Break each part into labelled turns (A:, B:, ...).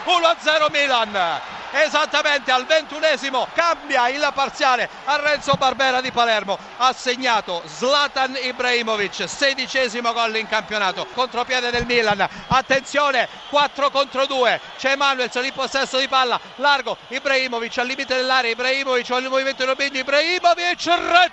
A: 1-0 Milan. Esattamente al 21esimo cambia il parziale a Renzo Barbera di Palermo, ha segnato Zlatan Ibrahimovic, 16esimo gol in campionato, contropiede del Milan, attenzione 4 contro 2, c'è Emanuels in possesso di palla, largo Ibrahimovic al limite dell'area, Ibrahimovic al movimento di Robinho, Ibrahimovic,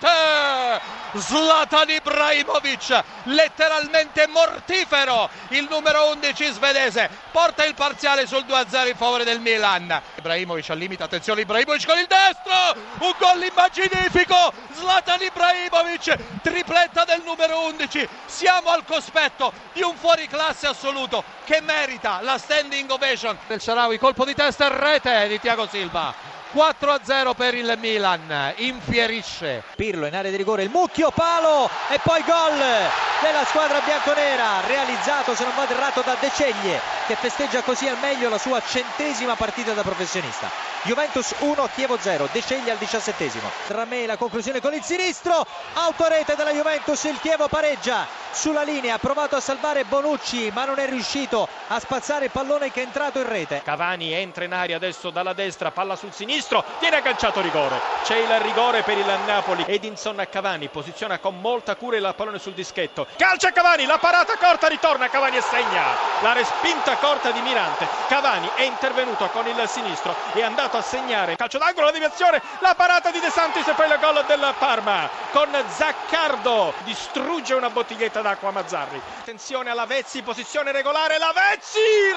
A: rete! Zlatan Ibrahimovic, letteralmente mortifero, il numero 11 svedese, porta il parziale sul 2-0 in favore del Milan. Ibrahimovic al limite, attenzione Ibrahimovic con il destro, un gol immaginifico, Zlatan Ibrahimovic, tripletta del numero 11, siamo al cospetto di un fuoriclasse assoluto che merita la standing ovation del Shaarawy, colpo di testa e rete di Thiago Silva. 4-0 per il Milan, infierisce
B: Pirlo in area di rigore, il mucchio, palo e poi gol della squadra bianconera, realizzato se non vado errato da De Ceglie, che festeggia così al meglio la sua 100ª partita da professionista. Juventus 1, Chievo 0, De Ceglie al 17esimo. Tramei la conclusione con il sinistro, autorete della Juventus, il Chievo pareggia sulla linea, ha provato a salvare Bonucci ma non è riuscito a spazzare il pallone che è entrato in rete.
C: Cavani entra in aria adesso dalla destra, palla sul sinistro, viene agganciato, rigore, c'è il rigore per il Napoli. Edinson Cavani posiziona con molta cura il pallone sul dischetto, calcia Cavani, la parata corta, ritorna Cavani e segna, la respinta corta di Mirante. Cavani è intervenuto con il sinistro, è andato a segnare, calcio d'angolo, la deviazione, la parata di De Santis e poi il gol del Parma con Zaccardo, distrugge una bottiglietta d'acqua a Mazzarri. Attenzione alla Vezzi, posizione regolare, la Vezzi,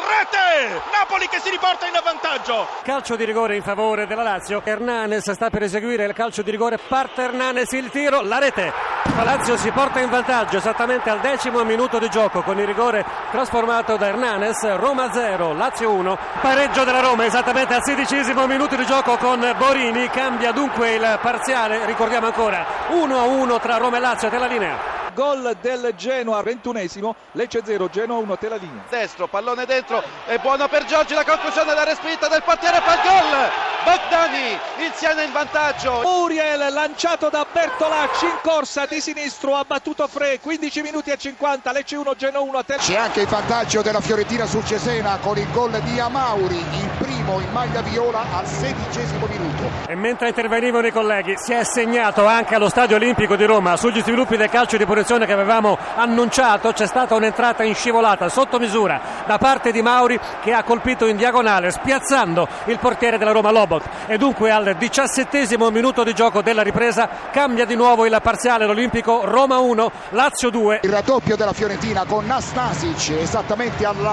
C: rete! Napoli che si riporta in vantaggio.
D: Calcio di rigore in favore della Lazio, Hernanes sta per eseguire il calcio di rigore, parte Hernanes, il tiro, la rete. La Lazio si porta in vantaggio esattamente al 10° minuto di gioco con il rigore trasformato da Hernanes. Roma 0, Lazio 1, pareggio della Roma esattamente al 16° minuto di gioco con Borini, cambia dunque il parziale, ricordiamo ancora 1-1 tra Roma e Lazio. Te la linea.
E: Gol del Genoa, 21esimo, Lecce 0, Genoa 1, te la linea.
F: Destro, pallone dentro, è buono per Giorgi, la conclusione della respinta del portiere, fa il gol! Bogdani, il Siena in vantaggio.
E: Muriel lanciato da Bertolacci in corsa di sinistro, ha battuto Frey, 15 minuti e 50, Lecce 1, Genoa 1.
G: C'è anche il vantaggio della Fiorentina sul Cesena con il gol di Amauri, il primo in maglia viola al 16° minuto.
D: E mentre intervenivano i colleghi si è segnato anche allo Stadio Olimpico di Roma, sugli sviluppi del calcio di punizione che avevamo annunciato, c'è stata un'entrata in scivolata sotto misura da parte di Mauri che ha colpito in diagonale spiazzando il portiere della Roma Lobot, e dunque al 17° minuto di gioco della ripresa cambia di nuovo il parziale, l'Olimpico Roma 1, Lazio 2.
G: Il raddoppio della Fiorentina con Nastasic esattamente al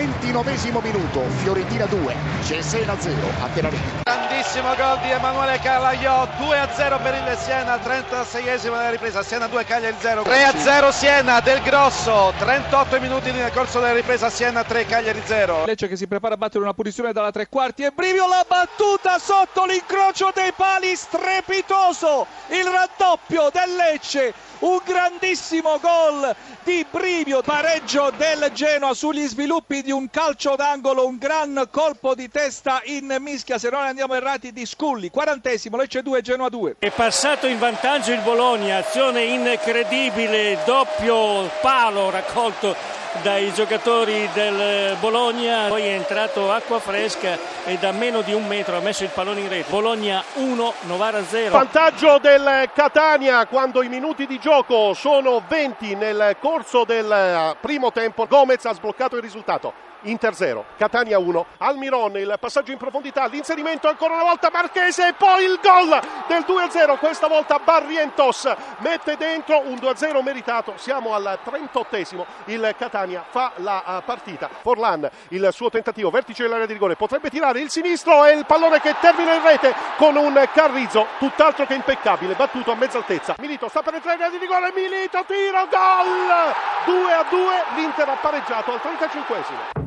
G: 29° minuto, Fiorentina 2, Cesena 0, a te la linea.
F: Grandissimo gol di Emanuele Calaiò, 2-0 per il Siena, 36esimo della ripresa, Siena 2, Cagliari 0. 3-0 Siena, Del Grosso, 38 minuti nel corso della ripresa, Siena 3, Cagliari 0.
E: Lecce che si prepara a battere una punizione dalla tre quarti e Brivio la battuta sotto l'incrocio dei pali, strepitoso il raddoppio del Lecce, un grandissimo gol di Brivio, pareggio del Genoa sugli sviluppi di un calcio d'angolo, un gran colpo di testa in mischia, se non andiamo errati, di Scully. 40esimo, Lecce 2, Genoa 2.
D: È passato in vantaggio il Bologna, azione incredibile, doppio palo raccolto dai giocatori del Bologna, poi è entrato acqua fresca e da meno di 1 metro ha messo il pallone in rete. Bologna 1, Novara 0.
H: Vantaggio del Catania quando i minuti di gioco sono 20 nel corso del primo tempo. Gomez ha sbloccato il risultato. Inter 0, Catania 1, Almiron, il passaggio in profondità, l'inserimento ancora una volta Marchese e poi il gol del 2-0, questa volta Barrientos mette dentro un 2-0 meritato. Siamo al 38esimo, il Catania fa la partita. Forlan, il suo tentativo, vertice dell'area di rigore, potrebbe tirare il sinistro e il pallone che termina in rete con un Carrizzo tutt'altro che impeccabile, battuto a mezza altezza. Milito sta per entrare in area di rigore, Milito, tiro, gol! 2-2, l'Inter ha pareggiato al 35esimo.